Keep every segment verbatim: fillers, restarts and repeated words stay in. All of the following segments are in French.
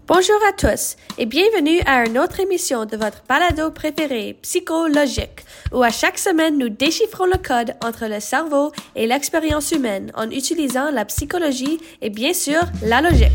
Bonjour à tous et bienvenue à une autre émission de votre balado préféré, Psychologique, où à chaque semaine nous déchiffrons le code entre le cerveau et l'expérience humaine en utilisant la psychologie et bien sûr la logique.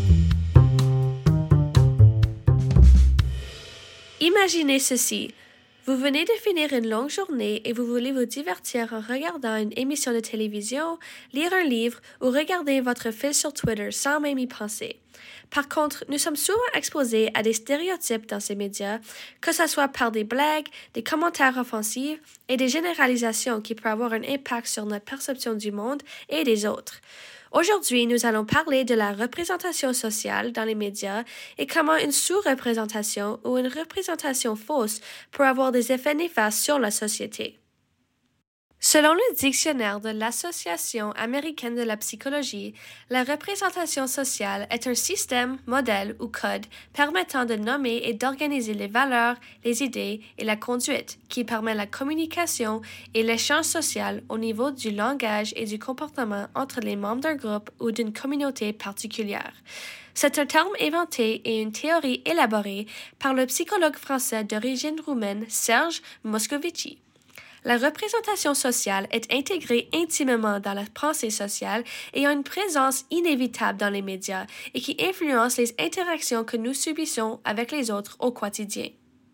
Imaginez ceci. Vous venez de finir une longue journée et vous voulez vous divertir en regardant une émission de télévision, lire un livre ou regarder votre fil sur Twitter sans même y penser. Par contre, nous sommes souvent exposés à des stéréotypes dans ces médias, que ce soit par des blagues, des commentaires offensifs et des généralisations qui peuvent avoir un impact sur notre perception du monde et des autres. Aujourd'hui, nous allons parler de la représentation sociale dans les médias et comment une sous-représentation ou une représentation fausse peut avoir des effets néfastes sur la société. Selon le dictionnaire de l'Association américaine de la psychologie, la représentation sociale est un système, modèle ou code permettant de nommer et d'organiser les valeurs, les idées et la conduite qui permet la communication et l'échange social au niveau du langage et du comportement entre les membres d'un groupe ou d'une communauté particulière. C'est un terme inventé et une théorie élaborée par le psychologue français d'origine roumaine Serge Moscovici. La représentation sociale est intégrée intimement dans la pensée sociale et a une présence inévitable dans les médias et qui influence les interactions que nous subissons avec les autres au quotidien.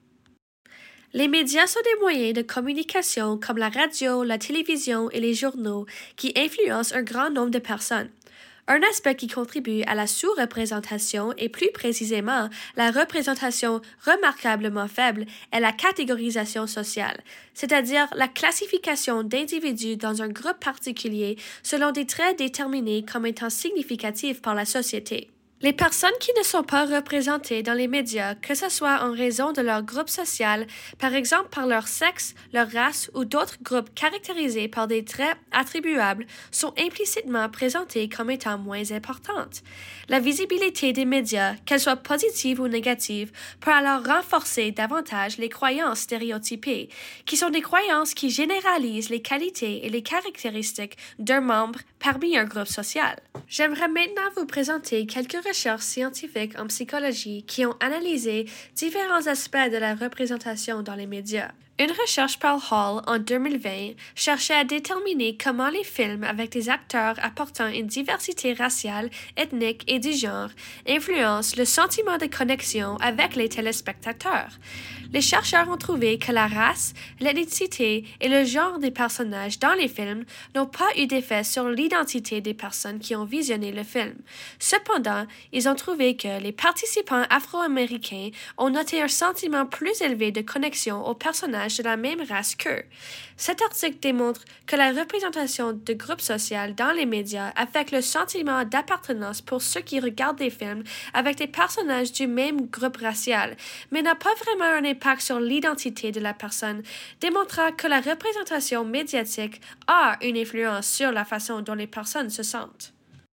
Les médias sont des moyens de communication comme la radio, la télévision et les journaux qui influencent un grand nombre de personnes. Un aspect qui contribue à la sous-représentation et plus précisément la représentation remarquablement faible est la catégorisation sociale, c'est-à-dire la classification d'individus dans un groupe particulier selon des traits déterminés comme étant significatifs par la société. Les personnes qui ne sont pas représentées dans les médias, que ce soit en raison de leur groupe social, par exemple par leur sexe, leur race ou d'autres groupes caractérisés par des traits attribuables, sont implicitement présentées comme étant moins importantes. La visibilité des médias, qu'elle soit positive ou négative, peut alors renforcer davantage les croyances stéréotypées, qui sont des croyances qui généralisent les qualités et les caractéristiques d'un membre parmi un groupe social. J'aimerais maintenant vous présenter quelques recherches scientifiques en psychologie qui ont analysé différents aspects de la représentation dans les médias. Une recherche par Hall en deux mille vingt cherchait à déterminer comment les films avec des acteurs apportant une diversité raciale, ethnique et du genre influencent le sentiment de connexion avec les téléspectateurs. Les chercheurs ont trouvé que la race, l'ethnicité et le genre des personnages dans les films n'ont pas eu d'effet sur l'identité des personnes qui ont visionné le film. Cependant, ils ont trouvé que les participants afro-américains ont noté un sentiment plus élevé de connexion aux personnages de la même race qu'eux. Cet article démontre que la représentation de groupes sociaux dans les médias affecte le sentiment d'appartenance pour ceux qui regardent des films avec des personnages du même groupe racial, mais n'a pas vraiment un impact sur l'identité de la personne, démontrant que la représentation médiatique a une influence sur la façon dont les personnes se sentent.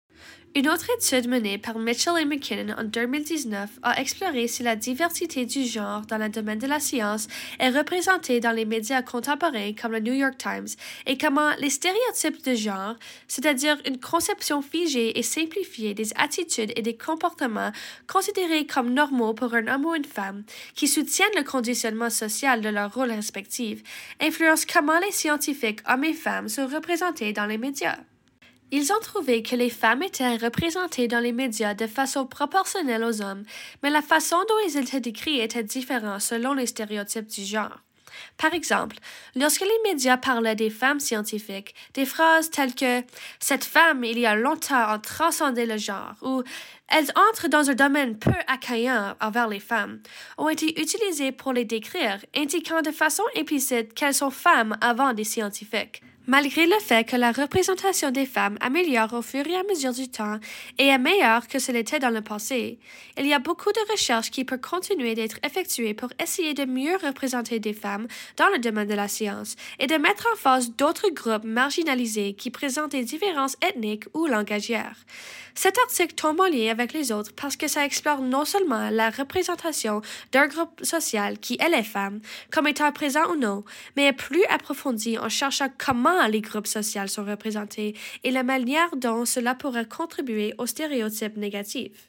Une autre étude menée par Mitchell et McKinnon en deux mille dix-neuf a exploré si la diversité du genre dans le domaine de la science est représentée dans les médias contemporains comme le New York Times et comment les stéréotypes de genre, c'est-à-dire une conception figée et simplifiée des attitudes et des comportements considérés comme normaux pour un homme ou une femme, qui soutiennent le conditionnement social de leurs rôles respectifs, influencent comment les scientifiques hommes et femmes sont représentés dans les médias. Ils ont trouvé que les femmes étaient représentées dans les médias de façon proportionnelle aux hommes, mais la façon dont ils étaient décrits était différente selon les stéréotypes du genre. Par exemple, lorsque les médias parlaient des femmes scientifiques, des phrases telles que « Cette femme, il y a longtemps, a transcendé le genre » ou « Elles entrent dans un domaine peu accueillant envers les femmes » ont été utilisées pour les décrire, indiquant de façon implicite qu'elles sont femmes avant des scientifiques. Malgré le fait que la représentation des femmes améliore au fur et à mesure du temps et est meilleure que ce l'était dans le passé, il y a beaucoup de recherches qui peuvent continuer d'être effectuées pour essayer de mieux représenter des femmes dans le domaine de la science et de mettre en face d'autres groupes marginalisés qui présentent des différences ethniques ou langagières. Cet article tombe en lien avec les autres parce que ça explore non seulement la représentation d'un groupe social qui est les femmes, comme étant présent ou non, mais est plus approfondi en cherchant comment les groupes sociaux sont représentés et la manière dont cela pourrait contribuer aux stéréotypes négatifs.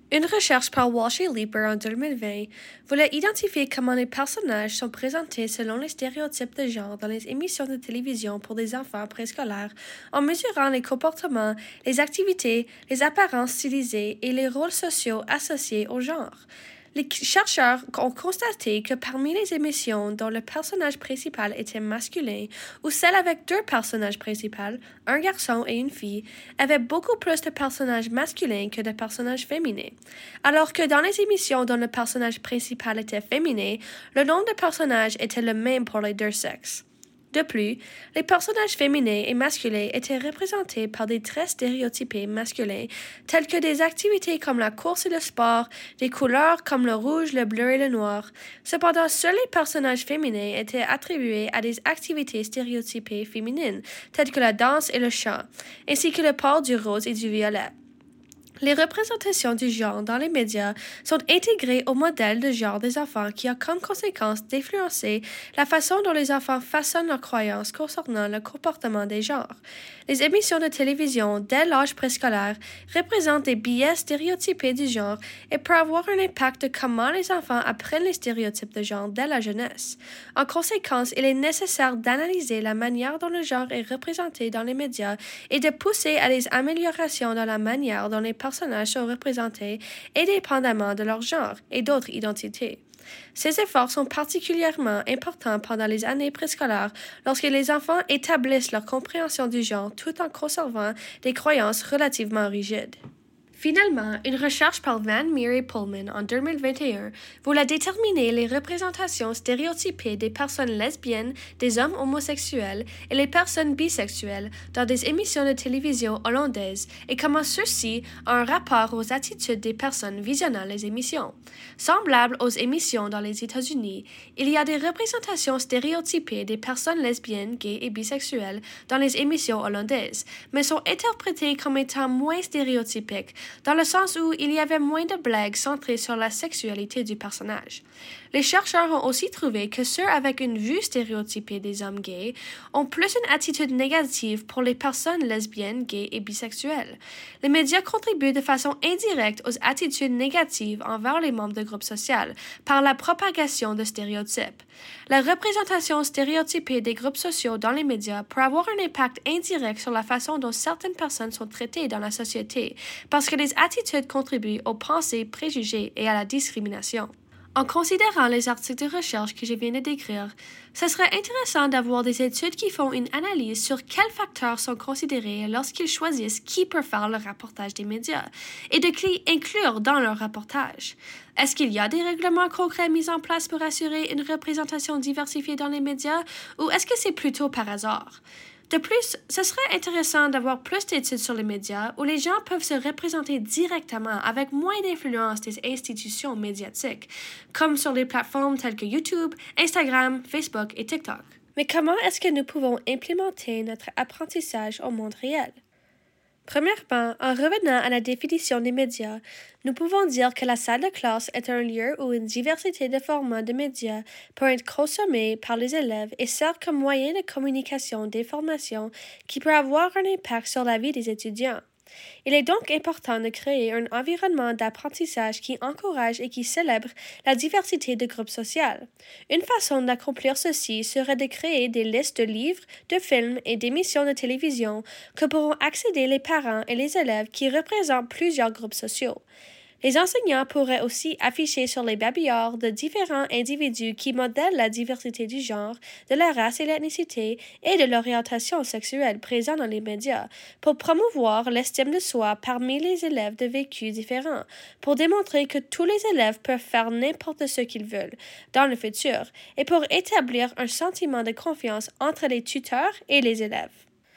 Une recherche par Walsh et Leeper en deux mille vingt voulait identifier comment les personnages sont présentés selon les stéréotypes de genre dans les émissions de télévision pour des enfants préscolaires en mesurant les comportements, les activités, les apparences stylisées et les rôles sociaux associés au genre. Les chercheurs ont constaté que parmi les émissions dont le personnage principal était masculin ou celles avec deux personnages principaux, un garçon et une fille, avaient beaucoup plus de personnages masculins que de personnages féminins, alors que dans les émissions dont le personnage principal était féminin, le nombre de personnages était le même pour les deux sexes. De plus, les personnages féminins et masculins étaient représentés par des traits stéréotypés masculins, tels que des activités comme la course et le sport, des couleurs comme le rouge, le bleu et le noir. Cependant, seuls les personnages féminins étaient attribués à des activités stéréotypées féminines, telles que la danse et le chant, ainsi que le port du rose et du violet. Les représentations du genre dans les médias sont intégrées au modèle de genre des enfants qui a comme conséquence d'influencer la façon dont les enfants façonnent leurs croyances concernant le comportement des genres. Les émissions de télévision dès l'âge préscolaire représentent des biais stéréotypés du genre et peuvent avoir un impact de comment les enfants apprennent les stéréotypes de genre dès la jeunesse. En conséquence, il est nécessaire d'analyser la manière dont le genre est représenté dans les médias et de pousser à des améliorations dans la manière dont les personnages sont représentés indépendamment de leur genre et d'autres identités. Ces efforts sont particulièrement importants pendant les années préscolaires lorsque les enfants établissent leur compréhension du genre tout en conservant des croyances relativement rigides. Finalement, une recherche par Van Meer et Pullman en deux mille vingt et un voulait déterminer les représentations stéréotypées des personnes lesbiennes, des hommes homosexuels et les personnes bisexuelles dans des émissions de télévision hollandaises et comment ceux-ci ont un rapport aux attitudes des personnes visionnant les émissions. Semblables aux émissions dans les États-Unis, il y a des représentations stéréotypées des personnes lesbiennes, gays et bisexuelles dans les émissions hollandaises, mais sont interprétées comme étant moins stéréotypiques dans le sens où il y avait moins de blagues centrées sur la sexualité du personnage. Les chercheurs ont aussi trouvé que ceux avec une vue stéréotypée des hommes gays ont plus une attitude négative pour les personnes lesbiennes, gays et bisexuelles. Les médias contribuent de façon indirecte aux attitudes négatives envers les membres de groupes sociaux par la propagation de stéréotypes. La représentation stéréotypée des groupes sociaux dans les médias peut avoir un impact indirect sur la façon dont certaines personnes sont traitées dans la société, parce que les attitudes contribuent aux pensées, préjugés et à la discrimination. En considérant les articles de recherche que je viens de décrire, ce serait intéressant d'avoir des études qui font une analyse sur quels facteurs sont considérés lorsqu'ils choisissent qui peut faire le rapportage des médias et de qui inclure dans leur rapportage. Est-ce qu'il y a des règlements concrets mis en place pour assurer une représentation diversifiée dans les médias ou est-ce que c'est plutôt par hasard? De plus, ce serait intéressant d'avoir plus d'études sur les médias où les gens peuvent se représenter directement avec moins d'influence des institutions médiatiques, comme sur des plateformes telles que YouTube, Instagram, Facebook et TikTok. Mais comment est-ce que nous pouvons implémenter notre apprentissage au monde réel? Premièrement, en revenant à la définition des médias, nous pouvons dire que la salle de classe est un lieu où une diversité de formats de médias peut être consommée par les élèves et sert comme moyen de communication d'informations qui peut avoir un impact sur la vie des étudiants. Il est donc important de créer un environnement d'apprentissage qui encourage et qui célèbre la diversité de groupes sociaux. Une façon d'accomplir ceci serait de créer des listes de livres, de films et d'émissions de télévision que pourront accéder les parents et les élèves qui représentent plusieurs groupes sociaux. Les enseignants pourraient aussi afficher sur les babillards de différents individus qui modèlent la diversité du genre, de la race et l'ethnicité et de l'orientation sexuelle présents dans les médias pour promouvoir l'estime de soi parmi les élèves de vécus différents, pour démontrer que tous les élèves peuvent faire n'importe ce qu'ils veulent dans le futur et pour établir un sentiment de confiance entre les tuteurs et les élèves.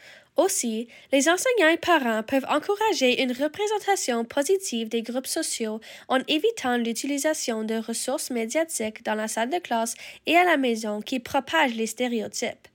Aussi, les enseignants et parents peuvent encourager une représentation positive des groupes sociaux en évitant l'utilisation de ressources médiatiques dans la salle de classe et à la maison qui propagent les stéréotypes.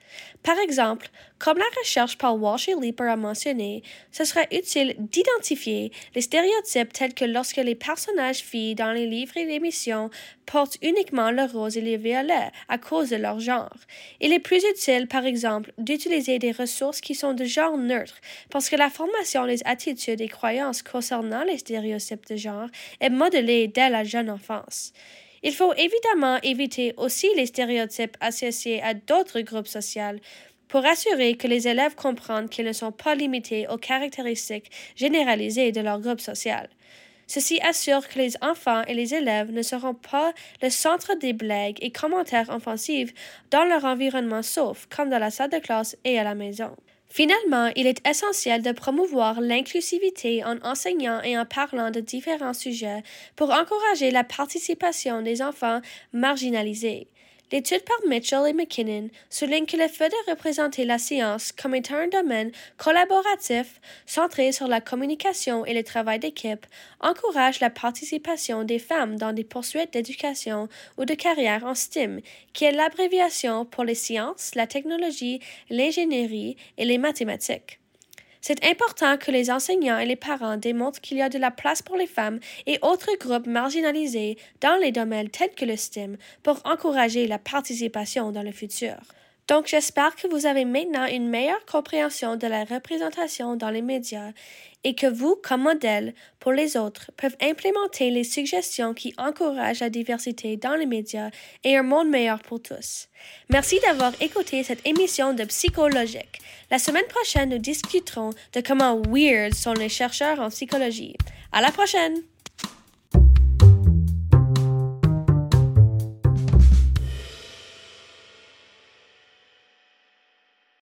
Par exemple, comme la recherche par Walsh et Leeper a mentionné, ce serait utile d'identifier les stéréotypes tels que lorsque les personnages filles dans les livres et l'émission portent uniquement le rose et le violet à cause de leur genre. Il est plus utile, par exemple, d'utiliser des ressources qui sont de genre neutre parce que la formation des attitudes et croyances concernant les stéréotypes de genre est modelée dès la jeune enfance. Il faut évidemment éviter aussi les stéréotypes associés à d'autres groupes sociaux pour assurer que les élèves comprennent qu'ils ne sont pas limités aux caractéristiques généralisées de leur groupe social. Ceci assure que les enfants et les élèves ne seront pas le centre des blagues et commentaires offensifs dans leur environnement sauf comme dans la salle de classe et à la maison. Finalement, il est essentiel de promouvoir l'inclusivité en enseignant et en parlant de différents sujets pour encourager la participation des enfants marginalisés. L'étude par Mitchell et McKinnon souligne que le fait de représenter la science comme étant un domaine collaboratif centré sur la communication et le travail d'équipe encourage la participation des femmes dans des poursuites d'éducation ou de carrière en S T E M, qui est l'abréviation pour les sciences, la technologie, l'ingénierie et les mathématiques. C'est important que les enseignants et les parents démontrent qu'il y a de la place pour les femmes et autres groupes marginalisés dans les domaines tels que le S T E M pour encourager la participation dans le futur. Donc, j'espère que vous avez maintenant une meilleure compréhension de la représentation dans les médias et que vous, comme modèle pour les autres, peuvent implémenter les suggestions qui encouragent la diversité dans les médias et un monde meilleur pour tous. Merci d'avoir écouté cette émission de Psychologique. La semaine prochaine, nous discuterons de comment weird sont les chercheurs en psychologie. À la prochaine!